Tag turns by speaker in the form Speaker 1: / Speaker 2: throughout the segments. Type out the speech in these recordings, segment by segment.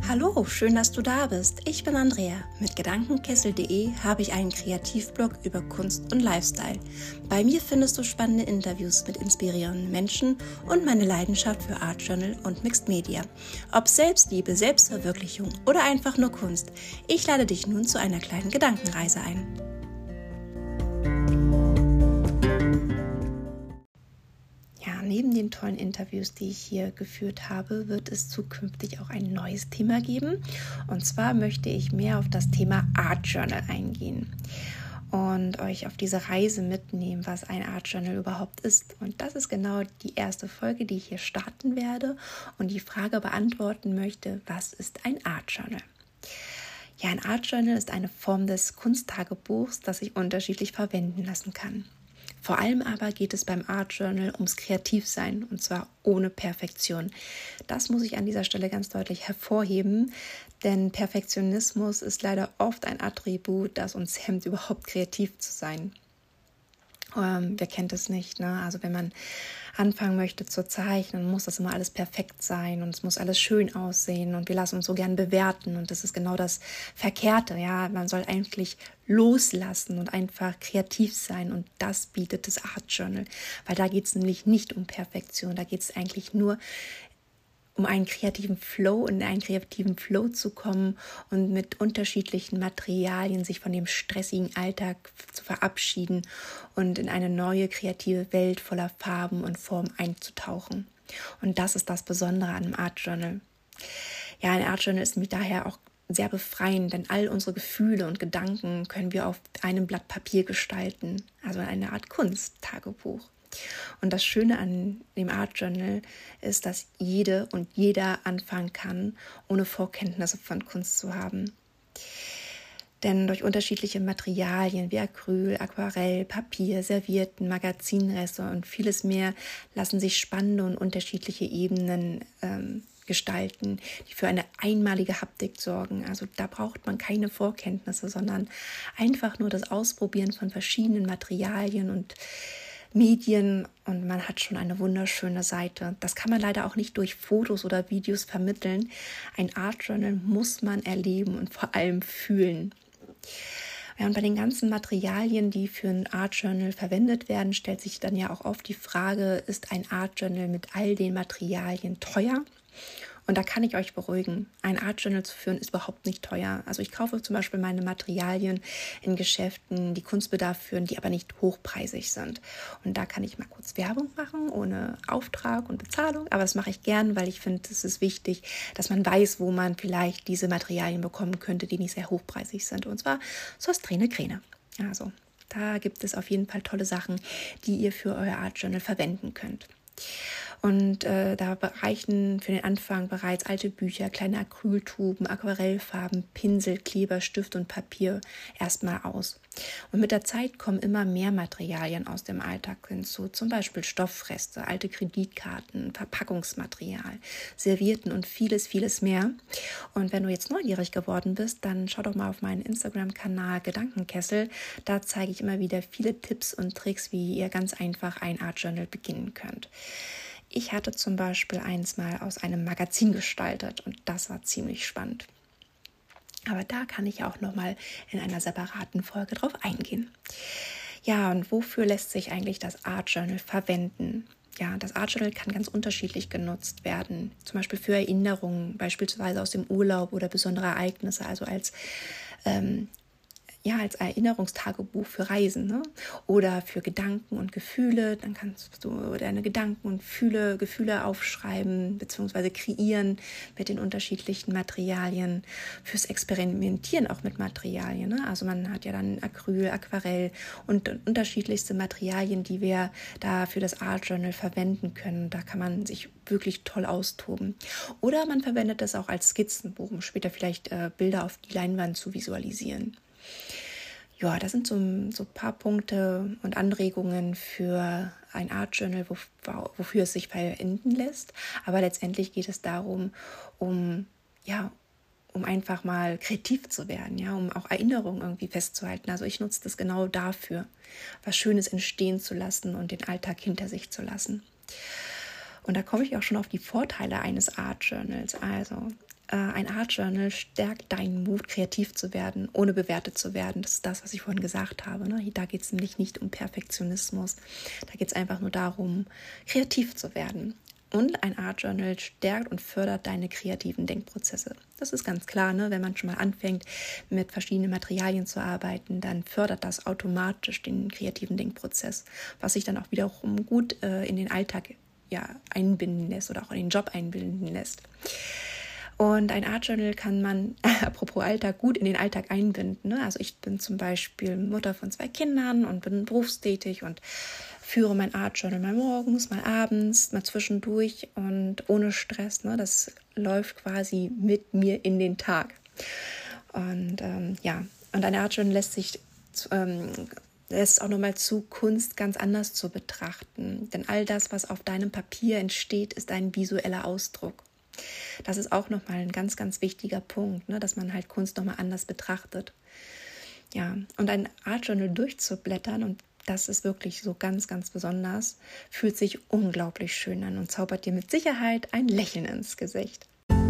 Speaker 1: Hallo, schön, dass du da bist. Ich bin Andrea. Mit Gedankenkessel.de habe ich einen Kreativblog über Kunst und Lifestyle. Bei mir findest du spannende Interviews mit inspirierenden Menschen und meine Leidenschaft für Art Journal und Mixed Media. Ob Selbstliebe, Selbstverwirklichung oder einfach nur Kunst, ich lade dich nun zu einer kleinen Gedankenreise ein. Neben den tollen Interviews, die ich hier geführt habe, wird es zukünftig auch ein neues Thema geben. Und zwar möchte ich mehr auf das Thema Art Journal eingehen und euch auf diese Reise mitnehmen, was ein Art Journal überhaupt ist. Und das ist genau die erste Folge, die ich hier starten werde und die Frage beantworten möchte, was ist ein Art Journal? Ja, ein Art Journal ist eine Form des Kunsttagebuchs, das sich unterschiedlich verwenden lassen kann. Vor allem aber geht es beim Art Journal ums Kreativsein und zwar ohne Perfektion. Das muss ich an dieser Stelle ganz deutlich hervorheben, denn Perfektionismus ist leider oft ein Attribut, das uns hemmt, überhaupt kreativ zu sein. Wer kennt es nicht, ne? Also wenn man anfangen möchte zu zeichnen, muss das immer alles perfekt sein und es muss alles schön aussehen und wir lassen uns so gern bewerten und das ist genau das Verkehrte, ja, man soll eigentlich loslassen und einfach kreativ sein und das bietet das Art Journal, weil da geht es nämlich nicht um Perfektion, da geht es eigentlich nur um in einen kreativen Flow zu kommen und mit unterschiedlichen Materialien sich von dem stressigen Alltag zu verabschieden und in eine neue kreative Welt voller Farben und Formen einzutauchen. Und das ist das Besondere an einem Art Journal. Ja, ein Art Journal ist nämlich daher auch sehr befreiend, denn all unsere Gefühle und Gedanken können wir auf einem Blatt Papier gestalten, also eine Art Kunsttagebuch. Und das Schöne an dem Art Journal ist, dass jede und jeder anfangen kann, ohne Vorkenntnisse von Kunst zu haben. Denn durch unterschiedliche Materialien wie Acryl, Aquarell, Papier, Servietten, Magazinreste und vieles mehr lassen sich spannende und unterschiedliche Ebenen gestalten, die für eine einmalige Haptik sorgen. Also da braucht man keine Vorkenntnisse, sondern einfach nur das Ausprobieren von verschiedenen Materialien und Medien und man hat schon eine wunderschöne Seite. Das kann man leider auch nicht durch Fotos oder Videos vermitteln. Ein Art Journal muss man erleben und vor allem fühlen. Ja, und bei den ganzen Materialien, die für ein Art Journal verwendet werden, stellt sich dann ja auch oft die Frage, ist ein Art Journal mit all den Materialien teuer? Und da kann ich euch beruhigen, ein Art Journal zu führen ist überhaupt nicht teuer. Also ich kaufe zum Beispiel meine Materialien in Geschäften, die Kunstbedarf führen, die aber nicht hochpreisig sind. Und da kann ich mal kurz Werbung machen, ohne Auftrag und Bezahlung. Aber das mache ich gern, weil ich finde, es ist wichtig, dass man weiß, wo man vielleicht diese Materialien bekommen könnte, die nicht sehr hochpreisig sind. Und zwar Sostrene Kräne. Also da gibt es auf jeden Fall tolle Sachen, die ihr für euer Art Journal verwenden könnt. Und da reichen für den Anfang bereits alte Bücher, kleine Acryltuben, Aquarellfarben, Pinsel, Kleber, Stift und Papier erstmal aus. Und mit der Zeit kommen immer mehr Materialien aus dem Alltag hinzu, zum Beispiel Stoffreste, alte Kreditkarten, Verpackungsmaterial, Servietten und vieles, vieles mehr. Und wenn du jetzt neugierig geworden bist, dann schau doch mal auf meinen Instagram-Kanal Gedankenkessel. Da zeige ich immer wieder viele Tipps und Tricks, wie ihr ganz einfach ein Art Journal beginnen könnt. Ich hatte zum Beispiel eins mal aus einem Magazin gestaltet und das war ziemlich spannend. Aber da kann ich auch nochmal in einer separaten Folge drauf eingehen. Ja, und wofür lässt sich eigentlich das Art Journal verwenden? Ja, das Art Journal kann ganz unterschiedlich genutzt werden. Zum Beispiel für Erinnerungen, beispielsweise aus dem Urlaub oder besondere Ereignisse, also als Erinnerungstagebuch für Reisen, ne? Oder für Gedanken und Gefühle. Dann kannst du deine Gedanken und Gefühle aufschreiben bzw. kreieren mit den unterschiedlichen Materialien. Fürs Experimentieren auch mit Materialien, ne? Also man hat ja dann Acryl, Aquarell und unterschiedlichste Materialien, die wir da für das Art Journal verwenden können. Da kann man sich wirklich toll austoben. Oder man verwendet das auch als Skizzenbuch, um später vielleicht Bilder auf die Leinwand zu visualisieren. Ja, das sind so ein paar Punkte und Anregungen für ein Art Journal, wofür es sich verwenden lässt. Aber letztendlich geht es darum, um einfach mal kreativ zu werden, ja, um auch Erinnerungen irgendwie festzuhalten. Also ich nutze das genau dafür, was Schönes entstehen zu lassen und den Alltag hinter sich zu lassen. Und da komme ich auch schon auf die Vorteile eines Art Journals. Also ein Art Journal stärkt deinen Mut, kreativ zu werden, ohne bewertet zu werden. Das ist das, was ich vorhin gesagt habe. Ne? Da geht es nämlich nicht um Perfektionismus. Da geht es einfach nur darum, kreativ zu werden. Und ein Art Journal stärkt und fördert deine kreativen Denkprozesse. Das ist ganz klar, ne? Wenn man schon mal anfängt, mit verschiedenen Materialien zu arbeiten, dann fördert das automatisch den kreativen Denkprozess, was sich dann auch wiederum gut in den Alltag einbinden lässt oder auch in den Job einbinden lässt. Und ein Art Journal kann man, apropos Alltag, gut in den Alltag einbinden. Ne? Also ich bin zum Beispiel Mutter von 2 Kindern und bin berufstätig und führe mein Art Journal mal morgens, mal abends, mal zwischendurch und ohne Stress. Ne? Das läuft quasi mit mir in den Tag. Und und ein Art Journal lässt auch nochmal zu, Kunst ganz anders zu betrachten. Denn all das, was auf deinem Papier entsteht, ist ein visueller Ausdruck. Das ist auch nochmal ein ganz, ganz wichtiger Punkt, ne, dass man halt Kunst nochmal anders betrachtet. Ja, und ein Art Journal durchzublättern, und das ist wirklich so ganz, ganz besonders, fühlt sich unglaublich schön an und zaubert dir mit Sicherheit ein Lächeln ins Gesicht.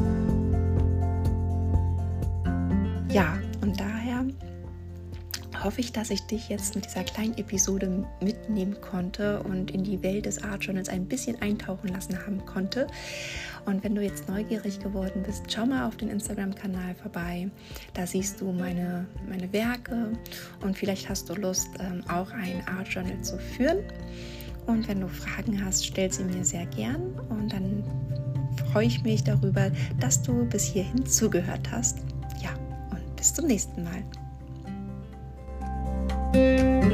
Speaker 1: Ja, und daher hoffe ich, dass ich dich jetzt mit dieser kleinen Episode mitnehmen konnte und in die Welt des Art Journals ein bisschen eintauchen lassen haben konnte. Und wenn du jetzt neugierig geworden bist, schau mal auf den Instagram-Kanal vorbei. Da siehst du meine Werke und vielleicht hast du Lust, auch ein Art Journal zu führen. Und wenn du Fragen hast, stell sie mir sehr gern. Und dann freue ich mich darüber, dass du bis hierhin zugehört hast. Ja, und bis zum nächsten Mal.